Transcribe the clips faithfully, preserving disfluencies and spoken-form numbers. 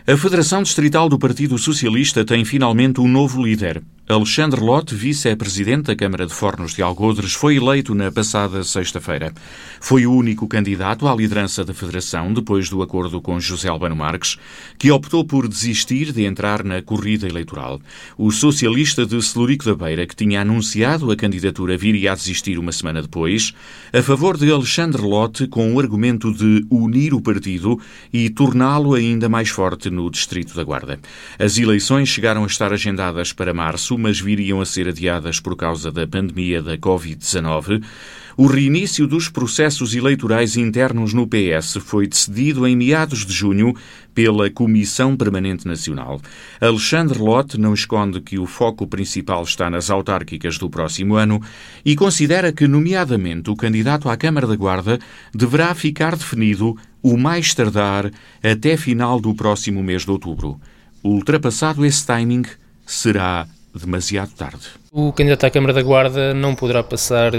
A Federação Distrital do Partido Socialista tem finalmente um novo líder. Alexandre Lote, vice-presidente da Câmara de Fornos de Algodres, foi eleito na passada sexta-feira. Foi o único candidato à liderança da Federação, depois do acordo com José Albano Marques, que optou por desistir de entrar na corrida eleitoral. O socialista de Celurico da Beira, que tinha anunciado a candidatura, viria a desistir uma semana depois, a favor de Alexandre Lote, com o argumento de unir o partido e torná-lo ainda mais forte no Distrito da Guarda. As eleições chegaram a estar agendadas para março, mas viriam a ser adiadas por causa da pandemia da covid dezanove. O reinício dos processos eleitorais internos no P S foi decidido em meados de junho pela Comissão Permanente Nacional. Alexandre Lote não esconde que o foco principal está nas autárquicas do próximo ano e considera que, nomeadamente, o candidato à Câmara da Guarda deverá ficar definido o mais tardar até final do próximo mês de outubro. Ultrapassado esse timing, será demasiado tarde. O candidato à Câmara da Guarda não poderá passar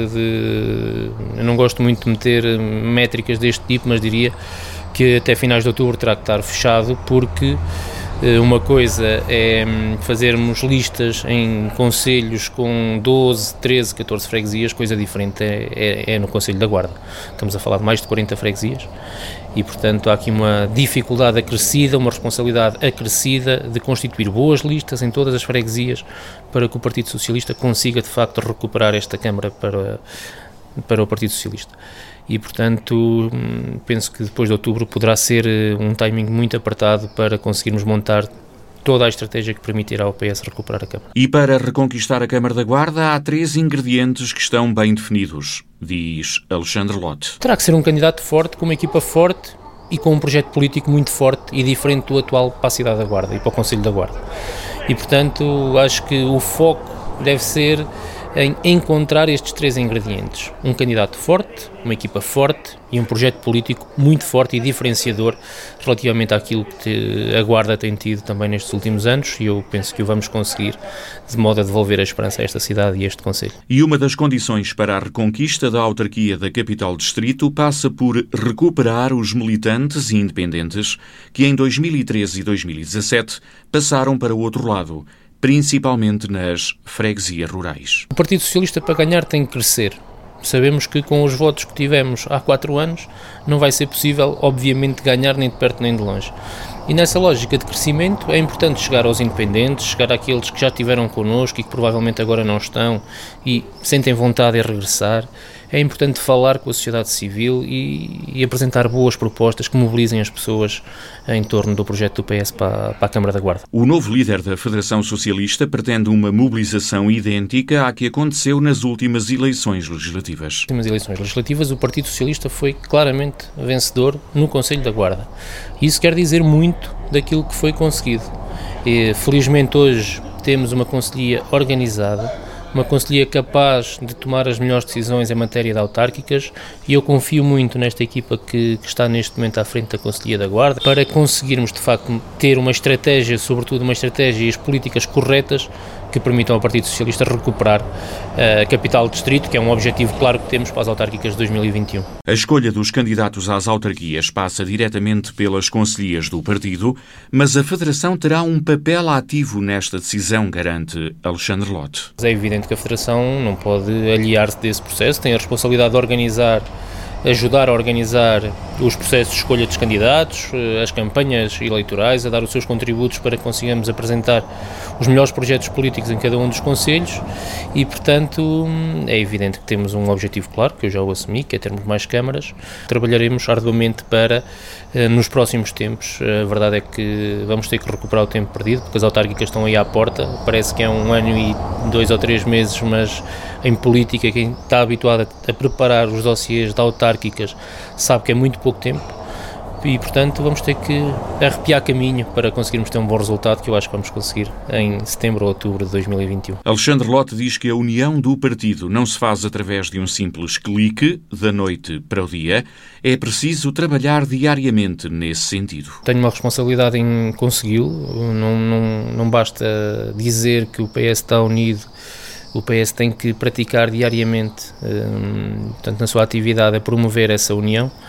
de... Eu não gosto muito de meter métricas deste tipo, mas diria que até finais de outubro terá que estar fechado, porque uma coisa é fazermos listas em concelhos com doze, treze, catorze freguesias, coisa diferente é, é, é no Concelho da Guarda. Estamos a falar de mais de quarenta freguesias e, portanto, há aqui uma dificuldade acrescida, uma responsabilidade acrescida de constituir boas listas em todas as freguesias para que o Partido Socialista consiga, de facto, recuperar esta Câmara para, para o Partido Socialista. E, portanto, penso que depois de outubro poderá ser um timing muito apertado para conseguirmos montar toda a estratégia que permitirá ao P S recuperar a Câmara. E para reconquistar a Câmara da Guarda há três ingredientes que estão bem definidos, diz Alexandre Lote. Terá que ser um candidato forte, com uma equipa forte e com um projeto político muito forte e diferente do atual para a cidade da Guarda e para o Concelho da Guarda. E, portanto, acho que o foco deve ser em encontrar estes três ingredientes. Um candidato forte, uma equipa forte e um projeto político muito forte e diferenciador relativamente àquilo que a Guarda tem tido também nestes últimos anos, e eu penso que o vamos conseguir, de modo a devolver a esperança a esta cidade e a este concelho. E uma das condições para a reconquista da autarquia da capital distrito passa por recuperar os militantes e independentes que em dois mil e treze e dois mil e dezassete passaram para o outro lado, principalmente nas freguesias rurais. O Partido Socialista, para ganhar, tem que crescer. Sabemos que com os votos que tivemos há quatro anos não vai ser possível, obviamente, ganhar nem de perto nem de longe. E nessa lógica de crescimento é importante chegar aos independentes, chegar àqueles que já estiveram connosco e que provavelmente agora não estão e sentem vontade de regressar. É importante falar com a sociedade civil e, e apresentar boas propostas que mobilizem as pessoas em torno do projeto do P S para, para a Câmara da Guarda. O novo líder da Federação Socialista pretende uma mobilização idêntica à que aconteceu nas últimas eleições legislativas. Nas últimas eleições legislativas, o Partido Socialista foi claramente vencedor no Concelho da Guarda. Isso quer dizer muito daquilo que foi conseguido. E, felizmente, hoje temos uma conselhia organizada, uma conselhia capaz de tomar as melhores decisões em matéria de autárquicas, e eu confio muito nesta equipa que, que está neste momento à frente da Conselhia da Guarda para conseguirmos de facto ter uma estratégia, sobretudo uma estratégia e as políticas corretas que permitam ao Partido Socialista recuperar a capital do distrito, que é um objetivo claro que temos para as autárquicas de dois mil e vinte e um. A escolha dos candidatos às autarquias passa diretamente pelas conselhias do partido, mas a Federação terá um papel ativo nesta decisão, garante Alexandre Lote. É evidente que a Federação não pode aliar-se desse processo, tem a responsabilidade de organizar, ajudar a organizar os processos de escolha dos candidatos, as campanhas eleitorais, a dar os seus contributos para que consigamos apresentar os melhores projetos políticos em cada um dos concelhos e, portanto, é evidente que temos um objetivo claro, que eu já o assumi, que é termos mais câmaras. Trabalharemos arduamente para, nos próximos tempos, a verdade é que vamos ter que recuperar o tempo perdido, porque as autárquicas estão aí à porta, parece que é um ano e dois ou três meses, mas em política, quem está habituado a, a preparar os dossiês de autárquicas sabe que é muito pouco tempo. E, portanto, vamos ter que arrepiar caminho para conseguirmos ter um bom resultado, que eu acho que vamos conseguir em setembro ou outubro de dois mil e vinte e um. Alexandre Lote diz que a união do partido não se faz através de um simples clique, da noite para o dia. É preciso trabalhar diariamente nesse sentido. Tenho uma responsabilidade em consegui-lo. Não, não, não basta dizer que o P S está unido. O P S tem que praticar diariamente, portanto, na sua atividade, a promover essa união.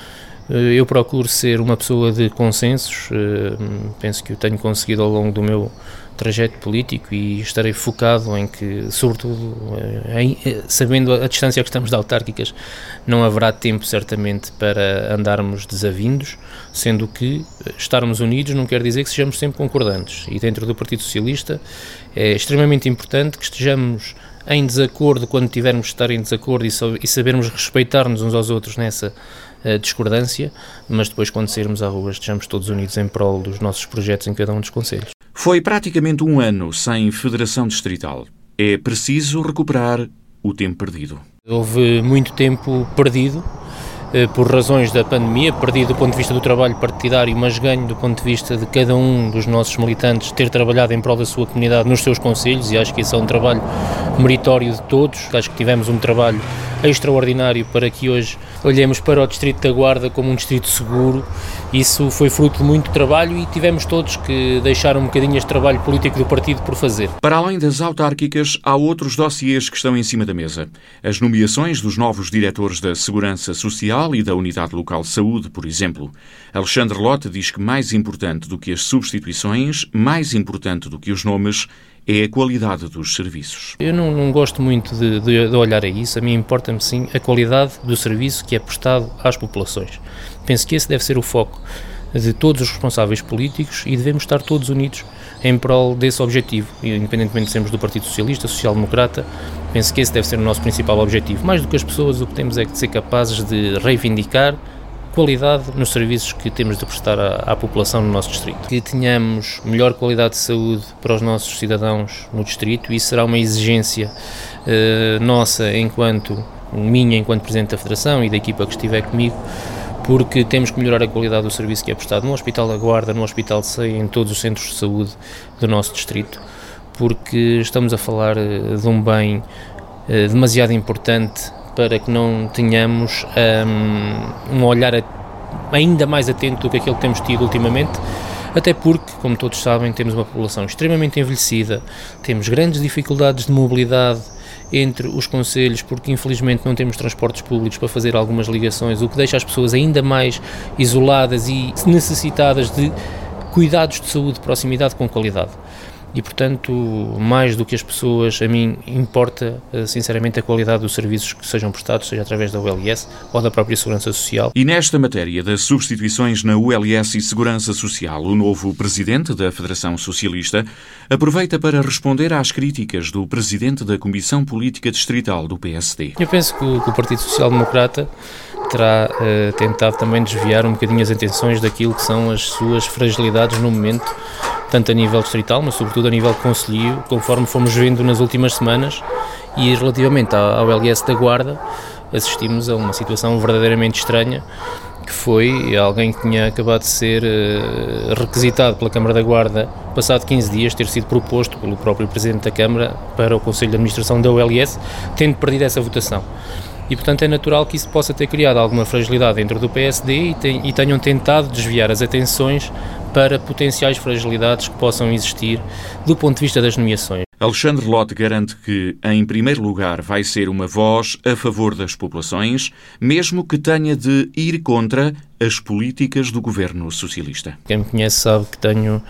Eu procuro ser uma pessoa de consensos, penso que o tenho conseguido ao longo do meu trajeto político e estarei focado em que, sobretudo, em, sabendo a distância que estamos de autárquicas, não haverá tempo certamente para andarmos desavindos, sendo que estarmos unidos não quer dizer que sejamos sempre concordantes, e dentro do Partido Socialista é extremamente importante que estejamos em desacordo quando tivermos de estar em desacordo e, so, e sabermos respeitar-nos uns aos outros nessa uh, discordância, mas depois quando sairmos à rua estejamos todos unidos em prol dos nossos projetos em cada um dos concelhos. Foi praticamente um ano sem Federação Distrital. É preciso recuperar o tempo perdido. Houve muito tempo perdido por razões da pandemia, perdido do ponto de vista do trabalho partidário, mas ganho do ponto de vista de cada um dos nossos militantes ter trabalhado em prol da sua comunidade nos seus concelhos, e acho que esse é um trabalho meritório de todos. Acho que tivemos um trabalho extraordinário para que hoje olhemos para o Distrito da Guarda como um distrito seguro. Isso foi fruto de muito trabalho e tivemos todos que deixar um bocadinho este trabalho político do partido por fazer. Para além das autárquicas, há outros dossiês que estão em cima da mesa. As nomeações dos novos diretores da Segurança Social e da Unidade Local de Saúde, por exemplo. Alexandre Lota diz que mais importante do que as substituições, mais importante do que os nomes, é a qualidade dos serviços. Eu não, não gosto muito de, de, de olhar a isso. A mim importa-me sim a qualidade do serviço que é prestado às populações. Penso que esse deve ser o foco de todos os responsáveis políticos e devemos estar todos unidos em prol desse objetivo, independentemente de sermos do Partido Socialista, Social-Democrata. Penso que esse deve ser o nosso principal objetivo. Mais do que as pessoas, o que temos é que ser capazes de reivindicar qualidade nos serviços que temos de prestar à, à população no nosso distrito. Que tenhamos melhor qualidade de saúde para os nossos cidadãos no distrito, isso será uma exigência eh, nossa, enquanto minha, enquanto Presidente da Federação e da equipa que estiver comigo, porque temos que melhorar a qualidade do serviço que é prestado no Hospital da Guarda, no Hospital de Ceia, em todos os centros de saúde do nosso distrito, porque estamos a falar de um bem uh, demasiado importante para que não tenhamos um, um olhar a, ainda mais atento do que aquele que temos tido ultimamente, até porque, como todos sabem, temos uma população extremamente envelhecida, temos grandes dificuldades de mobilidade entre os concelhos, porque infelizmente não temos transportes públicos para fazer algumas ligações, o que deixa as pessoas ainda mais isoladas e necessitadas de cuidados de saúde de proximidade com qualidade. E, portanto, mais do que as pessoas, a mim importa, sinceramente, a qualidade dos serviços que sejam prestados, seja através da U L S ou da própria Segurança Social. E nesta matéria das substituições na U L S e Segurança Social, o novo presidente da Federação Socialista aproveita para responder às críticas do presidente da Comissão Política Distrital do P S D. Eu penso que o, que o Partido Social Democrata terá uh, tentado também desviar um bocadinho as atenções daquilo que são as suas fragilidades no momento, tanto a nível distrital, mas sobretudo a nível concelhio, conforme fomos vendo nas últimas semanas. E relativamente ao L S da Guarda, assistimos a uma situação verdadeiramente estranha, que foi alguém que tinha acabado de ser uh, requisitado pela Câmara da Guarda, passado quinze dias, ter sido proposto pelo próprio Presidente da Câmara para o Conselho de Administração da U L S, tendo perdido essa votação. E, portanto, é natural que isso possa ter criado alguma fragilidade dentro do P S D e, ten, e tenham tentado desviar as atenções para potenciais fragilidades que possam existir do ponto de vista das nomeações. Alexandre Lota garante que, em primeiro lugar, vai ser uma voz a favor das populações, mesmo que tenha de ir contra as políticas do governo socialista. Quem me conhece sabe que tenho,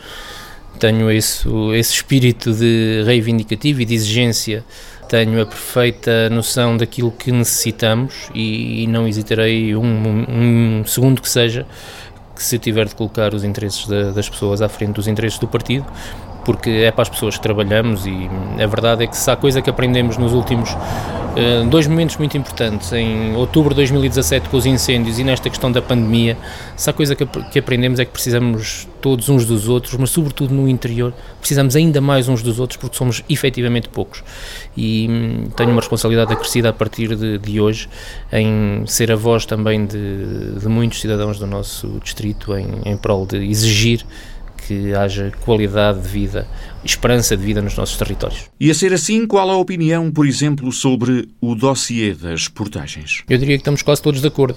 tenho esse, esse espírito de reivindicativo e de exigência. Tenho a perfeita noção daquilo que necessitamos e, e não hesitarei um, um, um segundo que seja, que se tiver de colocar os interesses da, das pessoas à frente dos interesses do partido, porque é para as pessoas que trabalhamos. E a verdade é que se há coisa que aprendemos nos últimos uh, dois momentos muito importantes, em outubro de dois mil e dezassete com os incêndios e nesta questão da pandemia, se há coisa que, que aprendemos é que precisamos todos uns dos outros, mas sobretudo no interior precisamos ainda mais uns dos outros porque somos efetivamente poucos. E hum, tenho uma responsabilidade acrescida a partir de, de hoje em ser a voz também de, de muitos cidadãos do nosso distrito em, em prol de exigir que haja qualidade de vida, esperança de vida nos nossos territórios. E a ser assim, qual a opinião, por exemplo, sobre o dossiê das portagens? Eu diria que estamos quase todos de acordo.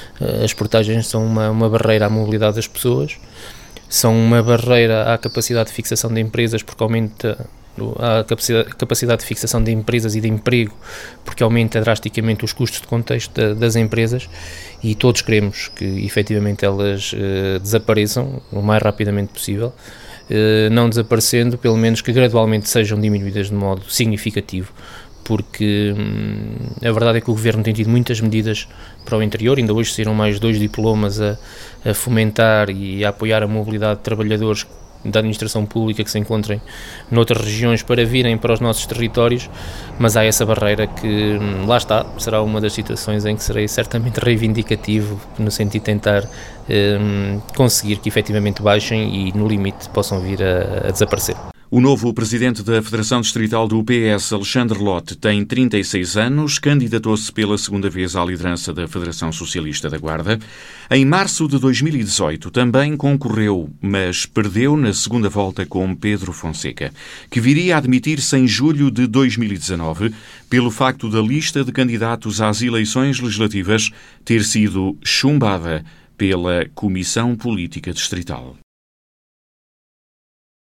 As portagens são uma, uma barreira à mobilidade das pessoas, são uma barreira à capacidade de fixação de empresas porque aumenta à capacidade, capacidade de fixação de empresas e de emprego, porque aumenta drasticamente os custos de contexto da, das empresas, e todos queremos que efetivamente elas uh, desapareçam o mais rapidamente possível, uh, não desaparecendo, pelo menos que gradualmente sejam diminuídas de modo significativo, porque hum, a verdade é que o Governo tem tido muitas medidas para o interior. Ainda hoje saíram mais dois diplomas a, a fomentar e a apoiar a mobilidade de trabalhadores da administração pública que se encontrem noutras regiões para virem para os nossos territórios, mas há essa barreira que, lá está, será uma das situações em que serei certamente reivindicativo, no sentido de tentar um, conseguir que efetivamente baixem e, no limite, possam vir a, a desaparecer. O novo presidente da Federação Distrital do P S, Alexandre Lott, tem trinta e seis anos, candidatou-se pela segunda vez à liderança da Federação Socialista da Guarda. Em março de dois mil e dezoito também concorreu, mas perdeu na segunda volta com Pedro Fonseca, que viria a admitir-se em julho de dois mil e dezanove pelo facto da lista de candidatos às eleições legislativas ter sido chumbada pela Comissão Política Distrital.